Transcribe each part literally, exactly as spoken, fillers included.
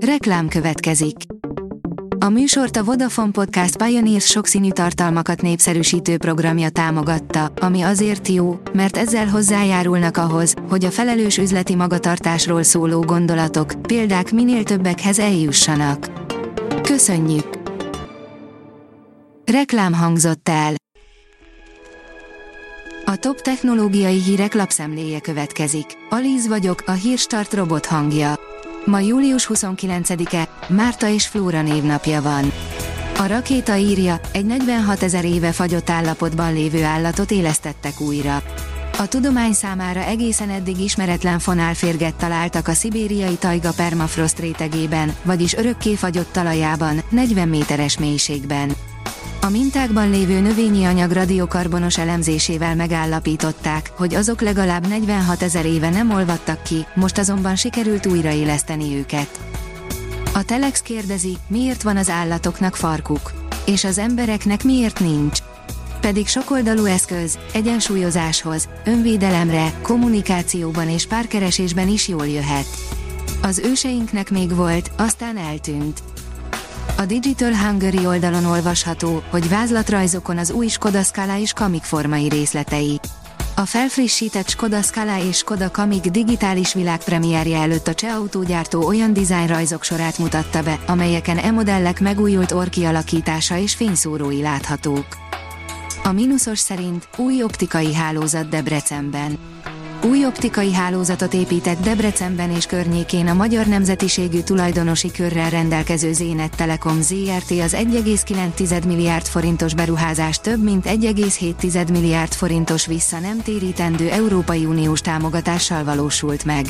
Reklám következik. A műsort a Vodafone Podcast Pioneers sokszínű tartalmakat népszerűsítő programja támogatta, ami azért jó, mert ezzel hozzájárulnak ahhoz, hogy a felelős üzleti magatartásról szóló gondolatok, példák minél többekhez eljussanak. Köszönjük! Reklám hangzott el. A top technológiai hírek lapszemléje következik. Alíz vagyok, a Hírstart robot hangja. Ma július huszonkilencedike, Márta és Flóra névnapja van. A Rakéta írja, egy negyvenhat ezer éve fagyott állapotban lévő állatot élesztettek újra. A tudomány számára egészen eddig ismeretlen fonálférget találtak a szibériai tajga permafrost rétegében, vagyis örökké fagyott talajában, negyven méteres mélységben. A mintákban lévő növényi anyag radiokarbonos elemzésével megállapították, hogy azok legalább negyvenhat ezer éve nem olvadtak ki, most azonban sikerült újraéleszteni őket. A Telex kérdezi, miért van az állatoknak farkuk, és az embereknek miért nincs. Pedig sokoldalú eszköz, egyensúlyozáshoz, önvédelemre, kommunikációban és párkeresésben is jól jöhet. Az őseinknek még volt, aztán eltűnt. A Digital Hungary oldalon olvasható, hogy vázlatrajzokon az új Skoda Scala és Kamiq formai részletei. A felfrissített Skoda Scala és Skoda Kamiq digitális világpremierje előtt a cseh autógyártó olyan dizájnrajzok sorát mutatta be, amelyeken e modellek megújult orrkialakítása és fényszórói láthatók. A mínuszos szerint új optikai hálózat Debrecenben. Új optikai hálózatot épített Debrecenben és környékén a magyar nemzetiségű tulajdonosi körrel rendelkező Zénet Telekom zé er té. Az egy egész kilenc milliárd forintos beruházás több mint egy egész hét milliárd forintos vissza nem térítendő Európai Uniós támogatással valósult meg.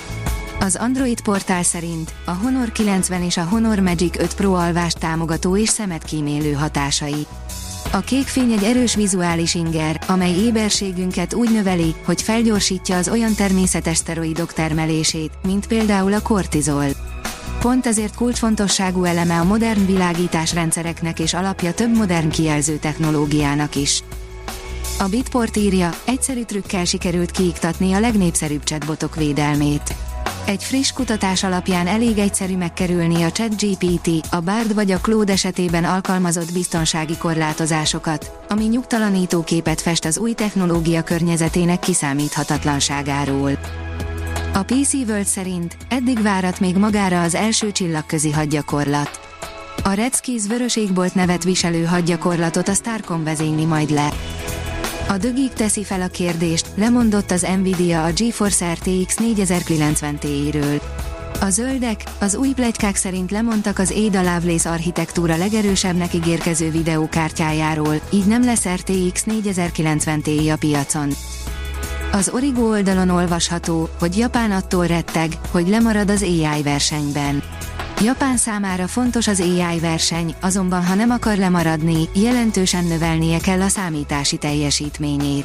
Az Android portál szerint a Honor kilencven és a Honor Magic öt Pro alvást támogató és szemet kímélő hatásai. A kék fény egy erős vizuális inger, amely éberségünket úgy növeli, hogy felgyorsítja az olyan természetes szteroidok termelését, mint például a kortizol. Pont ezért kulcsfontosságú eleme a modern világításrendszereknek és alapja több modern kijelző technológiának is. A Bitport írja, egyszerű trükkel sikerült kiiktatni a legnépszerűbb chatbotok védelmét. Egy friss kutatás alapján elég egyszerű megkerülni a ChatGPT, a Bard vagy a Claude esetében alkalmazott biztonsági korlátozásokat, ami nyugtalanító képet fest az új technológia környezetének kiszámíthatatlanságáról. A pé cé World szerint eddig várat még magára az első csillagközi hadgyakorlat. A Red Skies vörös égbolt nevet viselő hadgyakorlatot a Starcom vezényli majd le. A The Geek teszi fel a kérdést, lemondott az Nvidia a GeForce er té iksz négyezer-kilencven Ti-ről. A zöldek, az új pletykák szerint lemondtak az Ada Lovelace architektúra legerősebbnek ígérkező videókártyájáról, így nem lesz er té iksz négyezer-kilencven Ti a piacon. Az Origo oldalon olvasható, hogy Japán attól retteg, hogy lemarad az á i versenyben. Japán számára fontos az á i verseny, azonban ha nem akar lemaradni, jelentősen növelnie kell a számítási teljesítményét.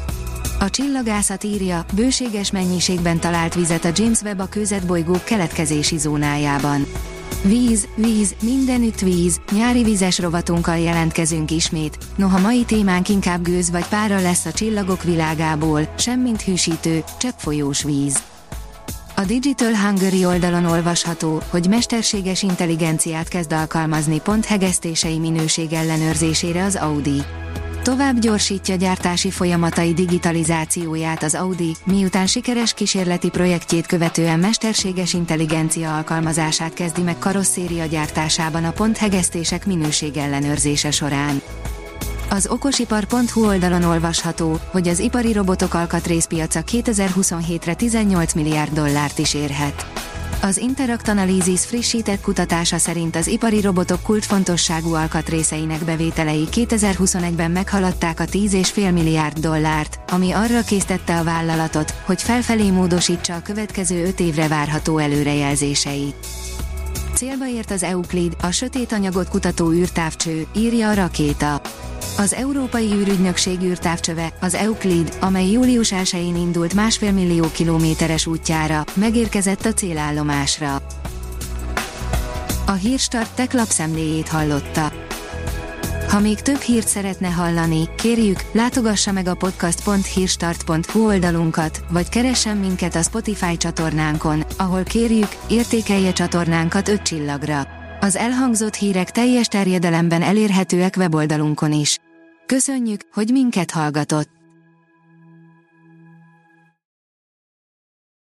A Csillagászat írja, bőséges mennyiségben talált vizet a James Webb a kőzetbolygók keletkezési zónájában. Víz, víz, mindenütt víz, nyári vizes rovatunkkal jelentkezünk ismét, noha mai témánk inkább gőz vagy pára lesz a csillagok világából, semmint hűsítő, cseppfolyós víz. A Digital Hungary oldalon olvasható, hogy mesterséges intelligenciát kezd alkalmazni pont hegesztései minőség ellenőrzésére az Audi. Tovább gyorsítja gyártási folyamatai digitalizációját az Audi, miután sikeres kísérleti projektjét követően mesterséges intelligencia alkalmazását kezdi meg karosszéria gyártásában a pont hegesztések minőség ellenőrzése során. Az okosipar pont hu oldalon olvasható, hogy az ipari robotok alkatrészpiaca kétezer-huszonhétre tizennyolc milliárd dollárt is érhet. Az Interact Analysis frissített kutatása szerint az ipari robotok kulcsfontosságú alkatrészeinek bevételei kétezer-huszonegyben meghaladták a tíz egész öt milliárd dollárt, ami arra késztette a vállalatot, hogy felfelé módosítsa a következő öt évre várható előrejelzéseit. Célba ért az Euclid, a sötét anyagot kutató űrtávcső, írja a Rakéta. Az Európai űrügynökség űrtávcsöve, az Euclid, amely július elsején indult másfél millió kilométeres útjára, megérkezett a célállomásra. A Hírstart tech lapszemléjét hallotta. Ha még több hírt szeretne hallani, kérjük, látogassa meg a podcast pont hírstart pont hu oldalunkat, vagy keressen minket a Spotify csatornánkon, ahol kérjük, értékelje csatornánkat öt csillagra. Az elhangzott hírek teljes terjedelemben elérhetőek weboldalunkon is. Köszönjük, hogy minket hallgatott!